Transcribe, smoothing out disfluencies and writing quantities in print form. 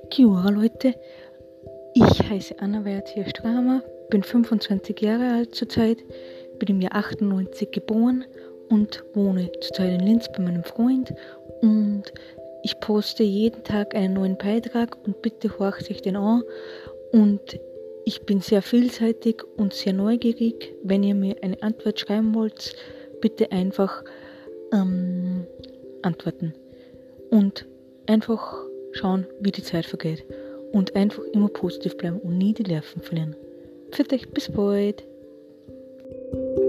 Kiora Leute, ich heiße Anna-Vertia Stramer, bin 25 Jahre alt zurzeit, bin im Jahr 98 geboren und wohne zurzeit in Linz bei meinem Freund und ich poste jeden Tag einen neuen Beitrag und bitte horcht euch den an und ich bin sehr vielseitig und sehr neugierig. Wenn ihr mir eine Antwort schreiben wollt, bitte einfach antworten und einfach schauen, wie die Zeit vergeht und einfach immer positiv bleiben und nie die Nerven verlieren. Für euch, bis bald!